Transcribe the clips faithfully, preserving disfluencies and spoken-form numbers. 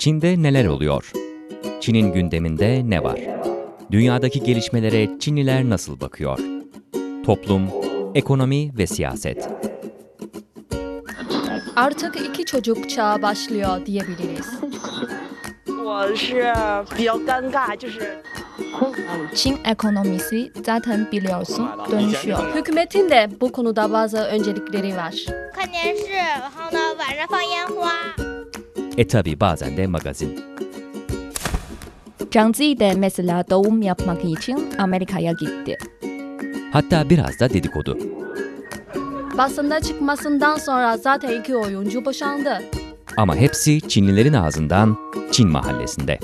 Çin'de neler oluyor? Çin'in gündeminde ne var? Dünyadaki gelişmelere Çinliler nasıl bakıyor? Toplum, ekonomi ve siyaset. Artık iki çocuk çağı başlıyor diyebiliriz. Çin ekonomisi zaten biliyorsun dönüşüyor. Hükümetin de bu konuda bazı öncelikleri var. E tabi bazen de magazin. Zhang Zi de mesela doğum yapmak için Amerika'ya gitti. Hatta biraz da dedikodu. Basında çıkmasından sonra zaten iki oyuncu boşandı. Ama hepsi Çinlilerin ağzından Çin mahallesinde.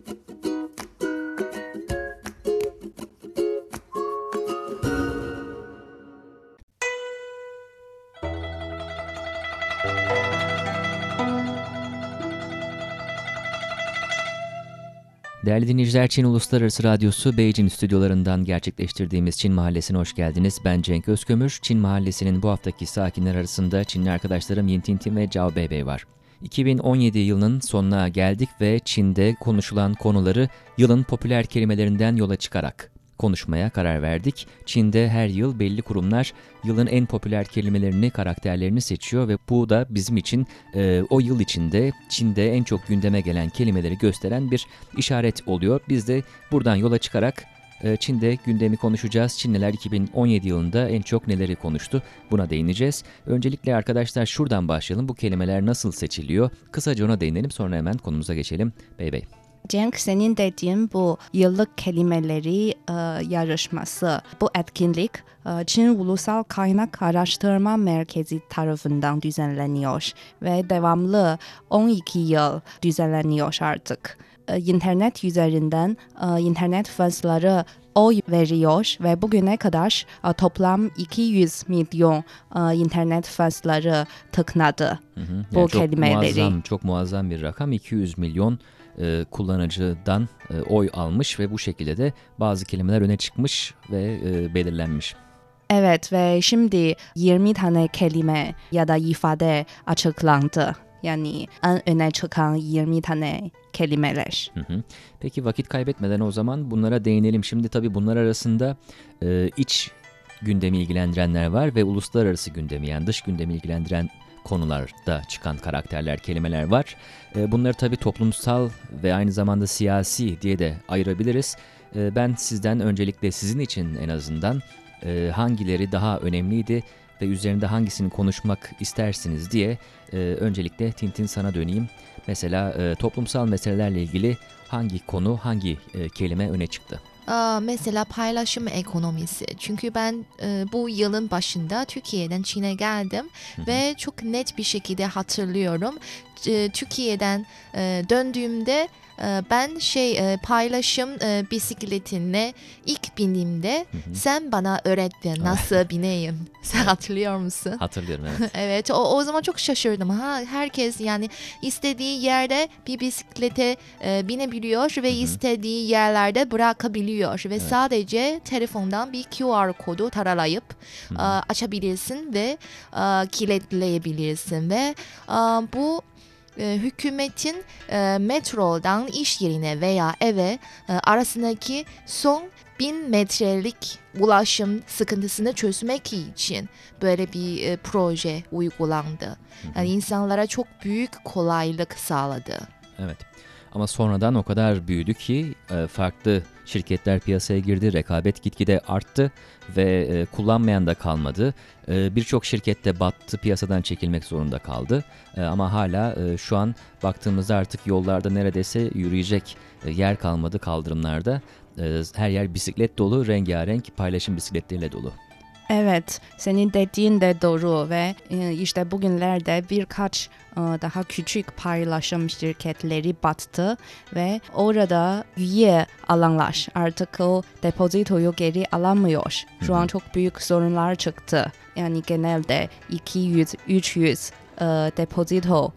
Değerli dinleyiciler, Çin Uluslararası Radyosu Beijing stüdyolarından gerçekleştirdiğimiz Çin Mahallesi'ne hoş geldiniz. Ben Cenk Özkömür. Çin Mahallesi'nin bu haftaki sakinler arasında Çinli arkadaşlarım Yin Tintin ve Zhao Beibei var. iki bin on yedi yılının sonuna geldik ve Çin'de konuşulan konuları yılın popüler kelimelerinden yola çıkarak konuşmaya karar verdik. Çin'de her yıl belli kurumlar yılın en popüler kelimelerini, karakterlerini seçiyor ve bu da bizim için e, o yıl içinde Çin'de en çok gündeme gelen kelimeleri gösteren bir işaret oluyor. Biz de buradan yola çıkarak e, Çin'de gündemi konuşacağız. Çinliler iki bin on yedi yılında en çok neleri konuştu? Buna değineceğiz. Öncelikle arkadaşlar şuradan başlayalım. Bu kelimeler nasıl seçiliyor? Kısaca ona değinelim, sonra hemen konumuza geçelim. Beibei. Cenk, senin dediğin bu yıllık kelimeleri e, yarışması, bu etkinlik e, Çin Ulusal Kaynak Araştırma Merkezi tarafından düzenleniyor ve devamlı on iki yıl düzenleniyor artık. E, internet üzerinden e, internet fansları oy veriyor ve bugüne kadar e, toplam iki yüz milyon e, internet fansları tıkladı Hı hı. bu Yani çok kelimeleri. Muazzam, çok muazzam bir rakam. iki yüz milyon e, kullanıcıdan e, oy almış ve bu şekilde de bazı kelimeler öne çıkmış ve e, belirlenmiş. Evet ve şimdi yirmi tane kelime ya da ifade açıklandı. Yani en öne çıkan yirmi tane kelimeler. Hı hı. Peki vakit kaybetmeden o zaman bunlara değinelim. Şimdi tabii bunlar arasında e, iç gündemi ilgilendirenler var ve uluslararası gündemi, yani dış gündemi ilgilendiren konularda çıkan karakterler, kelimeler var. E, bunları tabii toplumsal ve aynı zamanda siyasi diye de ayırabiliriz. E, ben sizden öncelikle sizin için en azından e, hangileri daha önemliydi ve üzerinde hangisini konuşmak istersiniz diye e, öncelikle Tintin sana döneyim. Mesela e, toplumsal meselelerle ilgili hangi konu, hangi e, kelime öne çıktı? Aa, mesela paylaşım ekonomisi. Çünkü ben e, bu yılın başında Türkiye'den Çin'e geldim Hı hı. ve çok net bir şekilde hatırlıyorum. E, Türkiye'den e, döndüğümde e, ben şey e, paylaşım e, bisikletine ilk bindiğimde Hı hı. sen bana öğret de nasıl bineyim. Sen hatırlıyor musun? Hatırlıyorum, evet. Evet, o, o zaman çok şaşırdım. Ha, herkes yani istediği yerde bir bisiklete e, binebiliyor ve Hı hı. istediği yerlerde bırakabiliyor ve Evet. sadece telefondan bir Q R kodu taralayıp Hı hı. e, açabilirsin ve e, kilitleyebilirsin ve e, bu e, hükümetin e, metrodan iş yerine veya eve e, arasındaki son bin metrelik ulaşım sıkıntısını çözmek için böyle bir e, proje uygulandı. Yani insanlara çok büyük kolaylık sağladı. Evet. Ama sonradan o kadar büyüdü ki e, farklı şirketler piyasaya girdi, rekabet gitgide arttı ve e, kullanmayan da kalmadı. E, Birçok şirket de battı, piyasadan çekilmek zorunda kaldı. E, ama hala e, şu an baktığımızda artık yollarda neredeyse yürüyecek e, yer kalmadı, kaldırımlarda. E, her yer bisiklet dolu, rengarenk paylaşım bisikletleriyle dolu. Evet, senin dediğin de doğru ve e, işte bugünlerde birkaç e, daha küçük paylaşım şirketleri battı ve orada üye alanlar artık o depozitoyu geri alamıyor. Şu an çok büyük sorunlar çıktı. Yani genelde iki yüz üç yüz e, depozito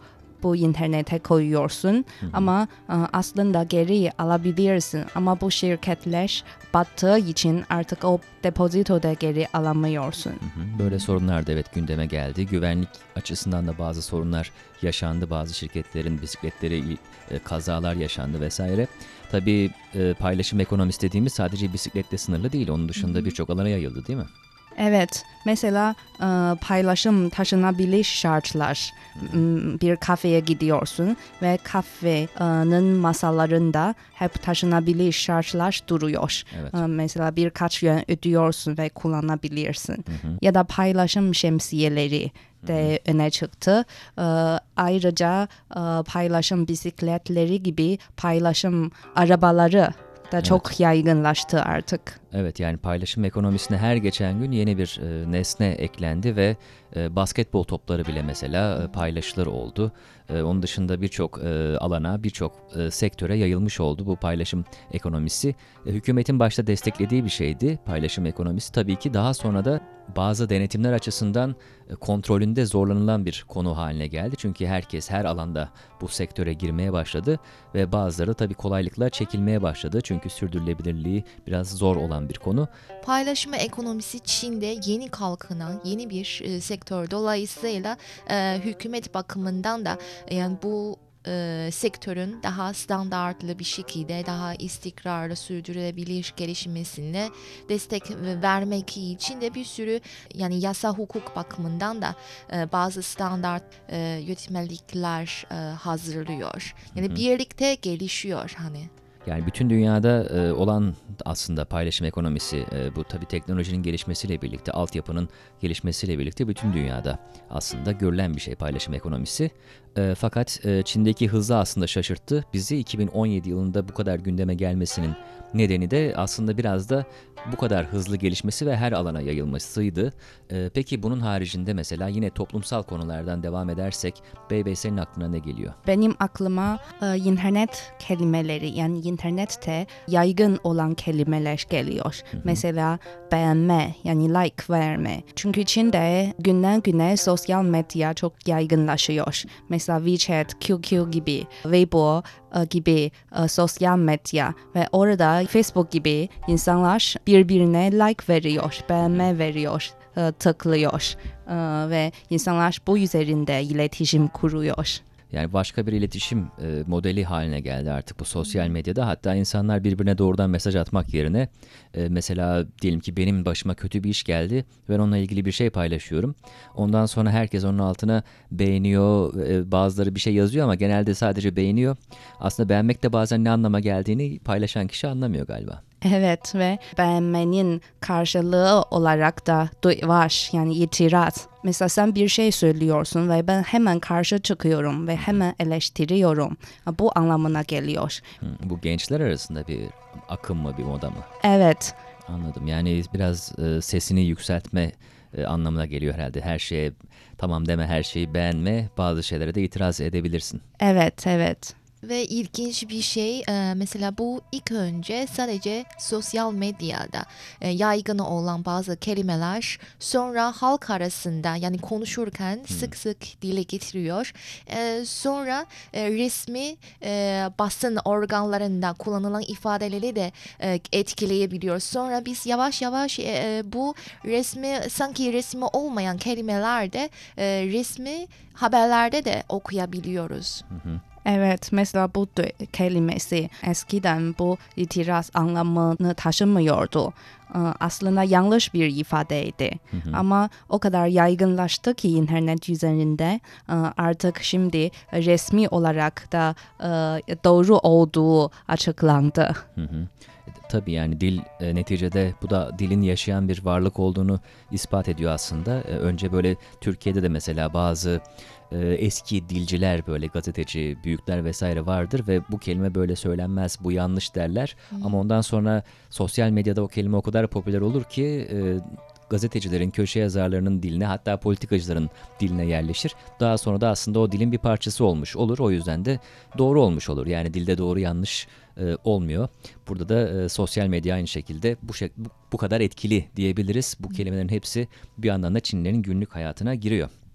bu internete koyuyorsun ama e, aslında geri alabilirsin ama bu şirketler battığı için artık o depozitoda geri alamıyorsun. Hı hı. Böyle sorunlar da evet gündeme geldi. Güvenlik açısından da bazı sorunlar yaşandı. Bazı şirketlerin bisikletleri e, kazalar yaşandı vesaire. Tabii e, paylaşım ekonomisi dediğimiz sadece bisikletle sınırlı değil. Onun dışında birçok alana yayıldı değil mi? Evet, mesela e, paylaşım taşınabilir şartlar. M, Bir kafeye gidiyorsun ve kafenin masalarında hep taşınabilir şartlar duruyor. Evet. E, Mesela birkaç yuan ödüyorsun ve kullanabilirsin. Hı hı. Ya da paylaşım şemsiyeleri de öne çıktı. E, Ayrıca e, paylaşım bisikletleri gibi paylaşım arabaları da çok yaygınlaştı artık. Evet, yani paylaşım ekonomisine her geçen gün yeni bir e, nesne eklendi ve e, basketbol topları bile mesela e, paylaşılır oldu. E, onun dışında birçok e, alana, birçok e, sektöre yayılmış oldu bu paylaşım ekonomisi. E, hükümetin başta desteklediği bir şeydi paylaşım ekonomisi. Tabii ki daha sonra da bazı denetimler açısından e, kontrolünde zorlanılan bir konu haline geldi. Çünkü herkes her alanda bu sektöre girmeye başladı ve bazıları tabii kolaylıkla çekilmeye başladı. Çünkü sürdürülebilirliği biraz zor olan bir konu. Paylaşım ekonomisi Çin'de yeni kalkınan yeni bir e, sektör. Dolayısıyla e, hükümet bakımından da e, yani bu e, sektörün daha standartlı bir şekilde daha istikrarlı sürdürülebilir gelişmesine destek vermek için de bir sürü yani yasa hukuk bakımından da e, bazı standart e, yönetmelikler e, hazırlıyor. Yani Hı hı. birlikte gelişiyor hani. Yani bütün dünyada e, olan aslında paylaşım ekonomisi e, bu tabii teknolojinin gelişmesiyle birlikte, altyapının gelişmesiyle birlikte bütün dünyada aslında görülen bir şey paylaşım ekonomisi. E, fakat e, Çin'deki hızı aslında şaşırttı. Bizi iki bin on yedi yılında bu kadar gündeme gelmesinin nedeni de aslında biraz da bu kadar hızlı gelişmesi ve her alana yayılmasıydı. E, peki bunun haricinde mesela yine toplumsal konulardan devam edersek Beybey senin aklına ne geliyor? Benim aklıma e, internet kelimeleri yani internette yaygın olan kelimeler geliyor. Hı hı. Mesela beğenme yani like verme. Çünkü Çin'de günden güne sosyal medya çok yaygınlaşıyor. Mesela WeChat, Q Q gibi, Weibo e, gibi e, sosyal medya ve orada Facebook gibi insanlar birbirine like veriyor, beğenme veriyor, e, tıklıyor e, ve insanlar bu üzerinde iletişim kuruyor. Yani başka bir iletişim e, modeli haline geldi artık bu sosyal medyada. Hatta insanlar birbirine doğrudan mesaj atmak yerine e, mesela diyelim ki benim başıma kötü bir iş geldi. Ben onunla ilgili bir şey paylaşıyorum. Ondan sonra herkes onun altına beğeniyor. E, bazıları bir şey yazıyor ama genelde sadece beğeniyor. Aslında beğenmek de bazen ne anlama geldiğini paylaşan kişi anlamıyor galiba. Evet ve beğenmenin karşılığı olarak da du- var yani itiraz. Mesela sen bir şey söylüyorsun ve ben hemen karşı çıkıyorum ve hemen eleştiriyorum. Bu anlamına geliyor. Hı, bu gençler arasında bir akım mı, bir moda mı? Evet, Anladım. Yani biraz e, sesini yükseltme e, anlamına geliyor herhalde. Her şeye tamam deme, her şeyi beğenme, bazı şeylere de itiraz edebilirsin. evet, evet. Ve ilginç bir şey e, mesela bu ilk önce sadece sosyal medyada e, yaygın olan bazı kelimeler sonra halk arasında yani konuşurken sık sık dile getiriyor. E, sonra e, resmi e, basın organlarında kullanılan ifadeleri de e, etkileyebiliyor. Sonra biz yavaş yavaş e, e, bu resmi sanki resmi olmayan kelimelerde e, resmi haberlerde de okuyabiliyoruz. Hı hı. Evet, mesela bu de- kelimesi eskiden bu itiraz anlamını taşımıyordu. Ee, Aslında yanlış bir ifadeydi. Hı hı. Ama o kadar yaygınlaştı ki internet üzerinde e, artık şimdi resmi olarak da e, doğru olduğu açıklandı. Hı hı. E, Tabii yani dil e, neticede bu da dilin yaşayan bir varlık olduğunu ispat ediyor aslında. E, önce böyle Türkiye'de de mesela bazı e, eski dilciler böyle gazeteci, büyükler vesaire vardır ve bu kelime böyle söylenmez, bu yanlış derler. Ama ondan sonra sosyal medyada o kelime o kadar popüler olur ki e, gazetecilerin, köşe yazarlarının diline hatta politikacıların diline yerleşir. Daha sonra da aslında o dilin bir parçası olmuş olur. O yüzden de doğru olmuş olur. Yani dilde doğru yanlış e, olmuyor. Burada da e, sosyal medya aynı şekilde bu, şek- bu bu kadar etkili diyebiliriz. Bu kelimelerin hepsi bir yandan da Çinlilerin günlük hayatına giriyor.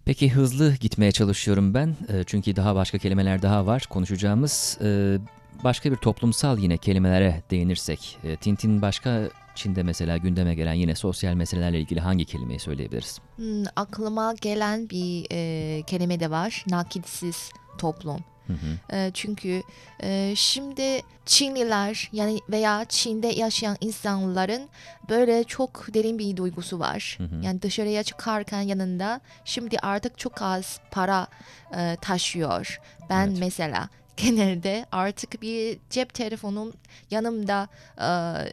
Peki hızlı gitmeye çalışıyorum ben. E, çünkü daha başka kelimeler daha var konuşacağımız. E, başka bir toplumsal yine kelimelere değinirsek. E, Tintin başka Çin'de mesela gündeme gelen yine sosyal meselelerle ilgili hangi kelimeyi söyleyebiliriz? Hmm, aklıma gelen bir e, kelime de var. Nakitsiz toplum. Hı hı. E, çünkü e, şimdi Çinliler yani veya Çin'de yaşayan insanların böyle çok derin bir duygusu var. Hı hı. Yani dışarıya çıkarken yanında şimdi artık çok az para e, taşıyor. Ben Evet. mesela genelde artık bir cep telefonum yanımda e,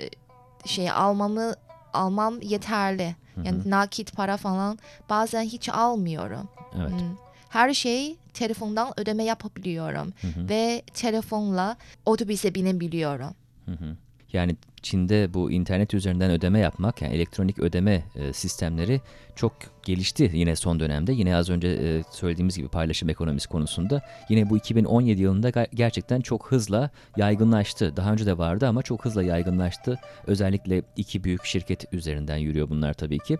şey almamı almam yeterli. Hı hı. Yani nakit para falan bazen hiç almıyorum. Evet. Hmm. Her şey telefondan ödeme yapabiliyorum Hı hı. ve telefonla otobüse binebiliyorum. Hı hı. Yani Çin'de bu internet üzerinden ödeme yapmak, yani elektronik ödeme e, sistemleri çok gelişti yine son dönemde. Yine az önce e, söylediğimiz gibi paylaşım ekonomisi konusunda yine bu iki bin on yedi yılında ga- gerçekten çok hızla yaygınlaştı. Daha önce de vardı ama çok hızla yaygınlaştı. Özellikle iki büyük şirket üzerinden yürüyor bunlar tabii ki.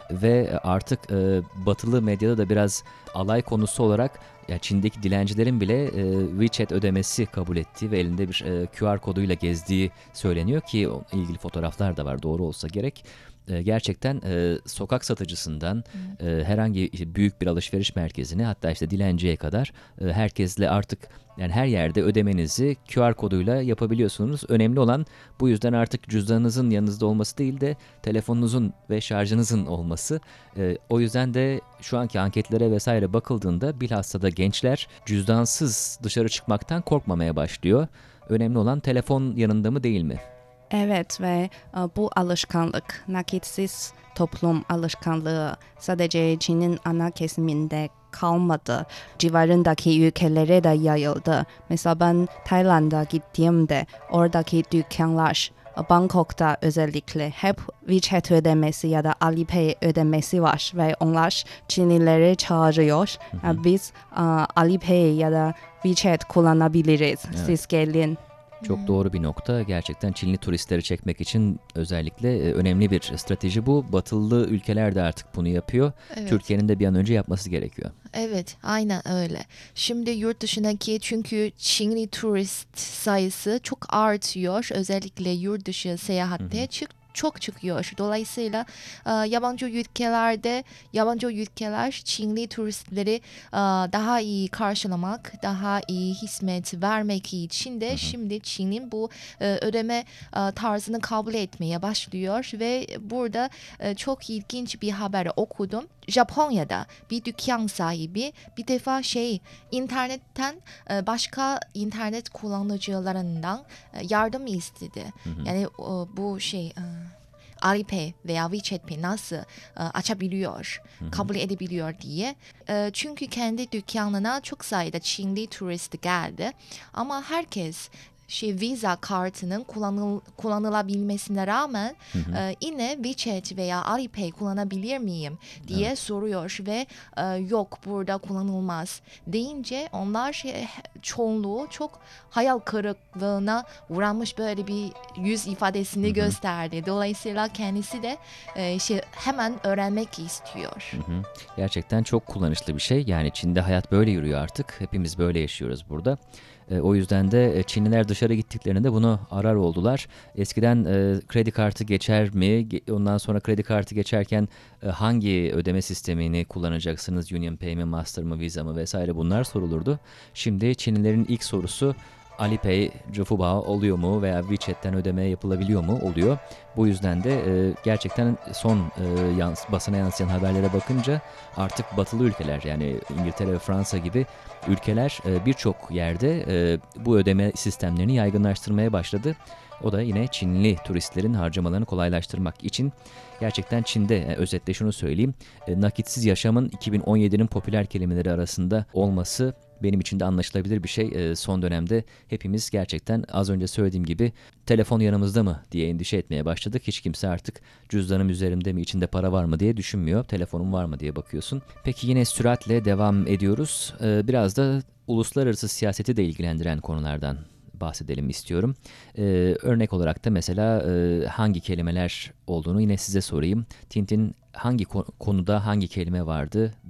Ve artık e, batılı medyada da biraz alay konusu olarak ya Çin'deki dilencilerin bile e, WeChat ödemesi kabul ettiği ve elinde bir e, Q R koduyla gezdiği söyleniyor ki o- ilgili fotoğraflar da var, doğru olsa gerek. E, gerçekten e, sokak satıcısından e, herhangi büyük bir alışveriş merkezine, hatta işte dilenciye kadar e, herkesle artık yani her yerde ödemenizi Q R koduyla yapabiliyorsunuz. Önemli olan bu yüzden artık cüzdanınızın yanınızda olması değil de telefonunuzun ve şarjınızın olması. E, o yüzden de şu anki anketlere vesaire bakıldığında bilhassa da gençler cüzdansız dışarı çıkmaktan korkmamaya başlıyor. Önemli olan telefon yanında mı değil mi? Evet ve e, bu alışkanlık, nakitsiz toplum alışkanlığı sadece Çin'in ana kesiminde kalmadı. Civarındaki ülkelere de yayıldı. Mesela ben Tayland'a gittiğimde oradaki dükkanlar, e, Bangkok'ta özellikle hep WeChat ödemesi ya da Alipay ödemesi var ve onlar Çinlileri çağırıyor. E, Biz e, Alipay ya da WeChat kullanabiliriz. Evet. Siz gelin. Çok doğru bir nokta. Gerçekten Çinli turistleri çekmek için özellikle e, önemli bir strateji bu. Batılı ülkeler de artık bunu yapıyor. Evet. Türkiye'nin de bir an önce yapması gerekiyor. Evet, aynen öyle. Şimdi yurt dışındaki çünkü Çinli turist sayısı çok artıyor. Özellikle yurt dışı seyahatte çık çok çıkıyor. Dolayısıyla e, yabancı ülkelerde yabancı ülkeler Çinli turistleri e, daha iyi karşılamak, daha iyi hizmet vermek için de şimdi Çin'in bu e, ödeme e, tarzını kabul etmeye başlıyor ve burada e, çok ilginç bir haber okudum. Japonya'da bir dükkan sahibi bir defa şey internetten e, başka internet kullanıcılarından e, yardım istedi. Yani o, bu şey e, Alipay veya WeChat Pay nasıl e, açabiliyor, kabul edebiliyor diye. E, çünkü kendi dükkanına çok sayıda Çinli turist geldi ama herkes şey Visa kartının kullanıl, kullanılabilmesine rağmen e, yine WeChat veya Alipay kullanabilir miyim diye Evet. soruyor ve e, yok burada kullanılmaz deyince onlar şey, çoğunluğu çok hayal kırıklığına uğramış böyle bir yüz ifadesini gösterdi. Dolayısıyla kendisi de e, şey hemen öğrenmek istiyor. Hı hı. Gerçekten çok kullanışlı bir şey. Yani Çin'de hayat böyle yürüyor artık. Hepimiz böyle yaşıyoruz burada. E, o yüzden de e, Çinliler dışarı gittiklerinde bunu arar oldular. Eskiden e, kredi kartı geçer mi? Ge- Ondan sonra kredi kartı geçerken e, hangi ödeme sistemini kullanacaksınız? UnionPay mi, Master mı, Visa mı vesaire bunlar sorulurdu. Şimdi Çinlilerin ilk sorusu Alipay, Zhifubao oluyor mu veya WeChat'ten ödeme yapılabiliyor mu? Oluyor. Bu yüzden de e, gerçekten son e, yans- basına yansıyan haberlere bakınca artık batılı ülkeler yani İngiltere ve Fransa gibi ülkeler e, birçok yerde e, bu ödeme sistemlerini yaygınlaştırmaya başladı. O da yine Çinli turistlerin harcamalarını kolaylaştırmak için. Gerçekten Çin'de e, özetle şunu söyleyeyim. E, nakitsiz yaşamın iki bin on yedinin popüler kelimeleri arasında olması benim için de anlaşılabilir bir şey. E, son dönemde hepimiz gerçekten az önce söylediğim gibi telefon yanımızda mı diye endişe etmeye başladık. Hiç kimse artık cüzdanım üzerimde mi, içinde para var mı diye düşünmüyor. Telefonum var mı diye bakıyorsun. Peki yine süratle devam ediyoruz. E, biraz da uluslararası siyaseti de ilgilendiren konulardan bahsedelim istiyorum. Ee, örnek olarak da mesela e, hangi kelimeler olduğunu yine size sorayım. Tintin hangi ko- konuda hangi kelime vardı?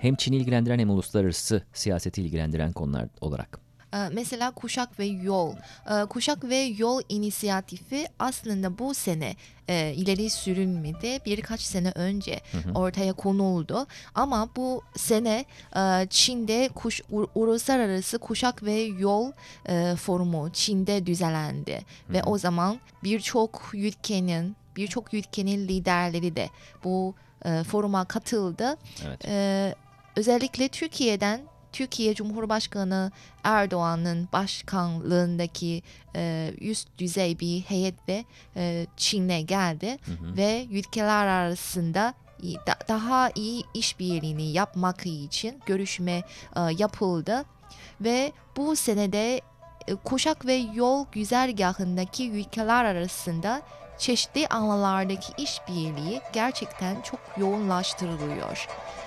hem Çin'i ilgilendiren hem uluslararası siyaseti ilgilendiren konular olarak. Mesela Kuşak ve Yol. Kuşak ve Yol inisiyatifi aslında bu sene e, ileri sürülmedi. Birkaç sene önce hı hı. ortaya konuldu. Ama bu sene e, Çin'de kuş, u, Uluslararası Kuşak ve Yol e, Forumu Çin'de düzenlendi. Hı hı. Ve o zaman birçok ülkenin birçok ülkenin liderleri de bu e, foruma katıldı. Evet. E, özellikle Türkiye'den Türkiye Cumhurbaşkanı Erdoğan'ın başkanlığındaki e, üst düzey bir heyet de e, Çin'e geldi hı hı. ve ülkeler arasında da, daha iyi işbirliğini yapmak için görüşme e, yapıldı ve bu senede e, Kuşak ve Yol güzergahındaki ülkeler arasında çeşitli alanlardaki işbirliği gerçekten çok yoğunlaştırılıyor.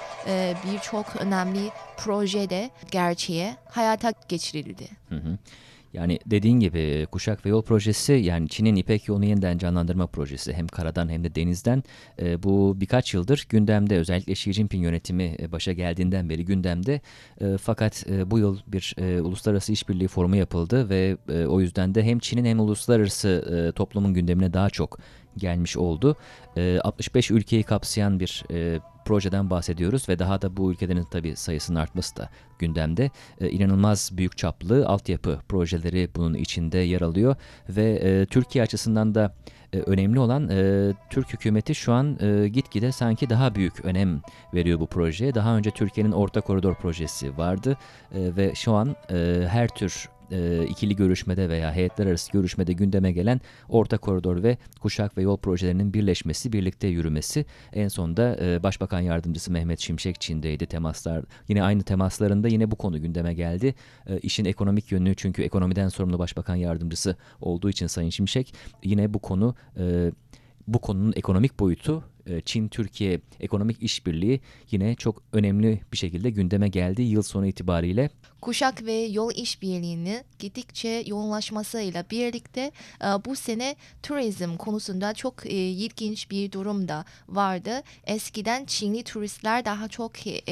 Birçok önemli projede gerçeğe hayata geçirildi. Hı hı. Yani dediğin gibi Kuşak ve Yol projesi, yani Çin'in İpek Yolu'nu yeniden canlandırma projesi, hem karadan hem de denizden. E, bu birkaç yıldır gündemde, özellikle Xi Jinping yönetimi başa geldiğinden beri gündemde. E, fakat e, bu yıl bir e, uluslararası işbirliği forumu yapıldı ve e, o yüzden de hem Çin'in hem uluslararası e, toplumun gündemine daha çok gelmiş oldu. E, altmış beş ülkeyi kapsayan bir e, projeden bahsediyoruz ve daha da bu ülkelerin tabii sayısının artması da gündemde. E, inanılmaz büyük çaplı altyapı projeleri bunun içinde yer alıyor ve e, Türkiye açısından da e, önemli olan e, Türk hükümeti şu an e, gitgide sanki daha büyük önem veriyor bu projeye. Daha önce Türkiye'nin Orta Koridor projesi vardı e, ve şu an e, her tür E, ikili görüşmede veya heyetler arası görüşmede gündeme gelen Orta Koridor ve Kuşak ve Yol projelerinin birleşmesi, birlikte yürümesi. En sonunda e, Başbakan Yardımcısı Mehmet Şimşek Çin'deydi temaslar. Yine aynı temaslarında yine bu konu gündeme geldi. E, işin ekonomik yönü, çünkü ekonomiden sorumlu Başbakan Yardımcısı olduğu için Sayın Şimşek, yine bu konu e, bu konunun ekonomik boyutu, Çin-Türkiye ekonomik işbirliği yine çok önemli bir şekilde gündeme geldi yıl sonu itibariyle. Kuşak ve Yol işbirliğini gittikçe yoğunlaşmasıyla birlikte bu sene turizm konusunda çok ilginç bir durum da vardı. Eskiden Çinli turistler daha çok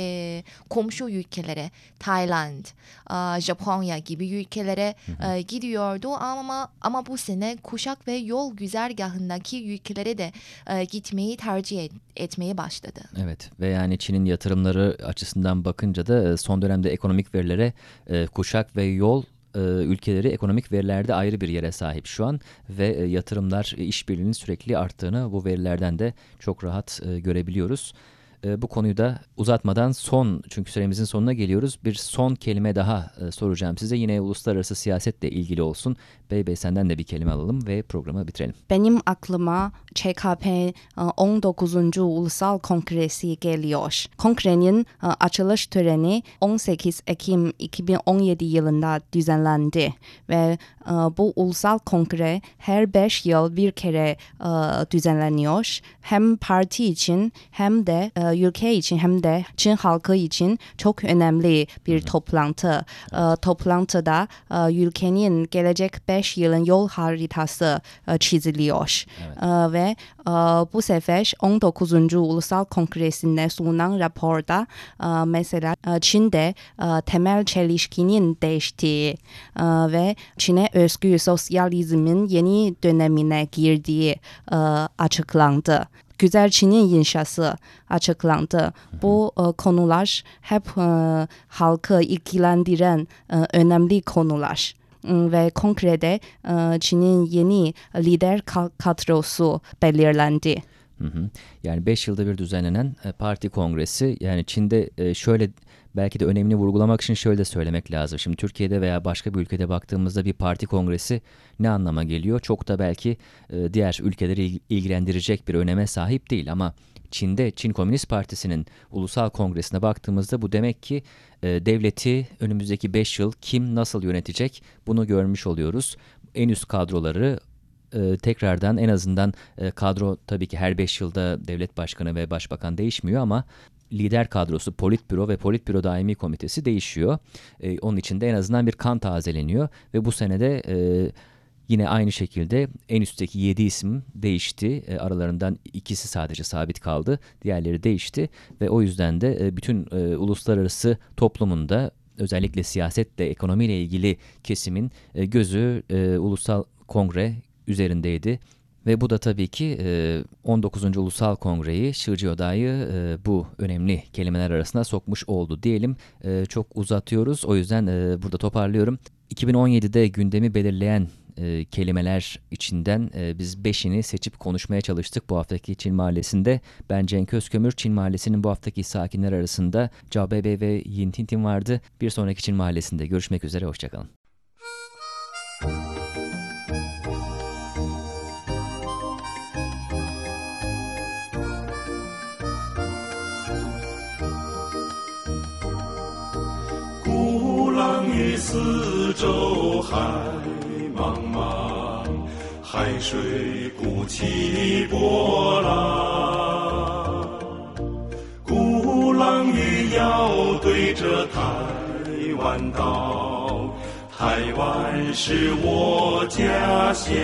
komşu ülkelere, Tayland, Japonya gibi ülkelere hı hı. gidiyordu ama ama bu sene Kuşak ve Yol güzergahındaki ülkelere de gitmeyi tercih et, etmeye başladı. Evet, ve yani Çin'in yatırımları açısından bakınca da son dönemde ekonomik verilere e, Kuşak ve Yol e, ülkeleri ekonomik verilerde ayrı bir yere sahip şu an ve e, yatırımlar, e, işbirliğinin sürekli arttığını bu verilerden de çok rahat e, görebiliyoruz. E, bu konuyu da uzatmadan son, çünkü süremizin sonuna geliyoruz, bir son kelime daha e, soracağım size. Yine uluslararası siyasetle ilgili olsun. Beybey, senden de bir kelime alalım ve programı bitirelim. Benim aklıma Ç K P on dokuzuncu Ulusal Kongresi geliyor. Kongrenin açılış töreni on sekiz Ekim iki bin on yedi yılında düzenlendi ve bu ulusal kongre her beş yıl bir kere düzenleniyor. Hem parti için hem de ülke için hem de Çin halkı için çok önemli bir toplantı. Evet. Toplantıda ülkenin gelecek beş yılın yol haritası çiziliyor. Evet. Ve bu sefer on dokuzuncu Ulusal Kongresi'nde sunulan raporda mesela Çin'de temel çelişkinin değiştiği ve Çin'e özgü sosyalizmin yeni dönemine girdiği açıklandı. Güzel Çin'in inşası açıklandı. Hı hı. Bu e, konular hep e, halkı ilgilendiren e, önemli konular. Ve kongrede e, Çin'in yeni lider kadrosu belirlendi. Hı hı. Yani beş yılda bir düzenlenen e, parti kongresi, yani Çin'de e, şöyle belki de önemli vurgulamak için şöyle de söylemek lazım. Şimdi Türkiye'de veya başka bir ülkede baktığımızda bir parti kongresi ne anlama geliyor? Çok da belki e, diğer ülkeleri ilgilendirecek bir öneme sahip değil ama Çin'de Çin Komünist Partisi'nin ulusal kongresine baktığımızda bu demek ki e, devleti önümüzdeki beş yıl kim nasıl yönetecek, bunu görmüş oluyoruz. En üst kadroları e, tekrardan, en azından e, kadro tabii ki her beş yılda devlet başkanı ve başbakan değişmiyor ama lider kadrosu, politbüro ve politbüro daimi komitesi değişiyor. E, onun için de en azından bir kan tazeleniyor ve bu senede e, Yine aynı şekilde en üstteki yedi isim değişti. E, aralarından ikisi sadece sabit kaldı. Diğerleri değişti ve o yüzden de e, bütün e, uluslararası toplumunda özellikle siyasetle, ekonomiyle ilgili kesimin e, gözü e, Ulusal Kongre üzerindeydi. Ve bu da tabii ki on dokuzuncu Ulusal Kongre'yi, Şijioda'yı bu önemli kelimeler arasına sokmuş oldu diyelim. Çok uzatıyoruz, o yüzden burada toparlıyorum. iki bin on yedide gündemi belirleyen kelimeler içinden biz beşini seçip konuşmaya çalıştık bu haftaki Çin Mahallesi'nde. Ben Cenk Özkömür. Çin Mahallesi'nin bu haftaki sakinler arasında Cao Beibei ve Yin Tintin vardı. Bir sonraki Çin Mahallesi'nde görüşmek üzere, hoşçakalın. 四周海茫茫，海水鼓起波浪，鼓浪屿要对着台湾岛，台湾是我家乡。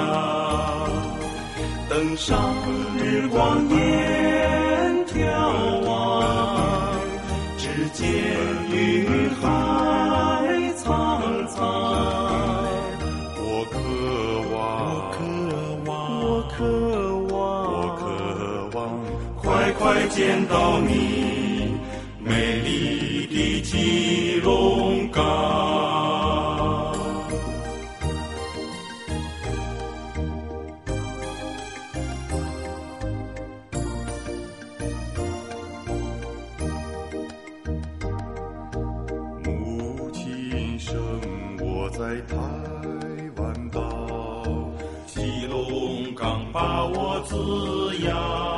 登上日光烟眺望，只见云海苍苍。我渴望，我渴望，我渴望，快快见到你美丽的基隆港。在台湾岛，基隆港把我滋养。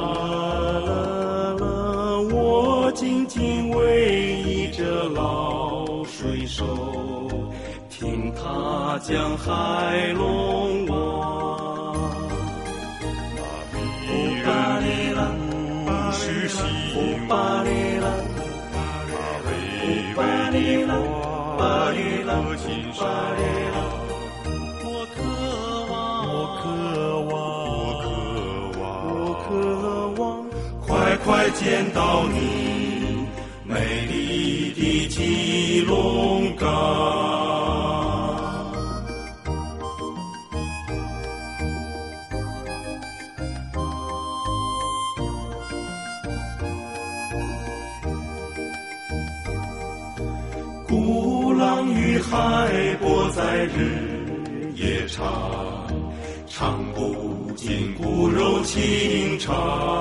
我紧紧偎依着老水手，听他讲海龙王。那迷人不是希望，那巍巍的花和青山。我渴望，我渴望，我渴望，我渴望，快快见到你美丽的基隆港。鼓浪屿海波在日夜长，唱不尽骨肉情长。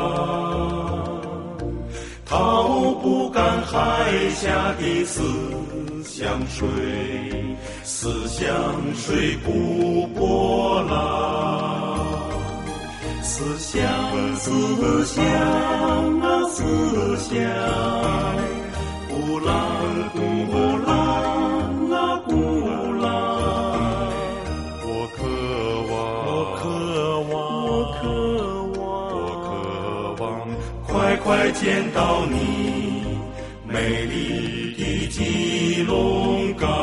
逃不干海下的思乡水，思乡水不波浪。思乡思乡啊思乡，鼓浪鼓浪啊鼓浪。我渴望，我渴望，我渴望，我渴望，快快见到你美丽的基隆港。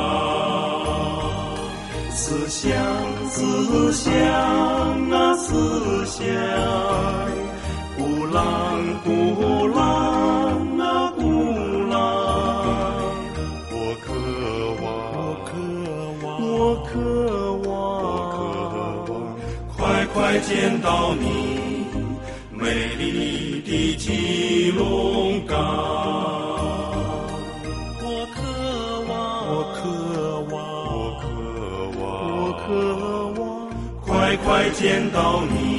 思乡思乡啊思乡，鼓浪鼓浪啊鼓浪。我渴望，我渴望，我渴望，我渴望，快快见到你美丽的基隆港。我渴望，我渴望，我渴望，我渴望，快快见到你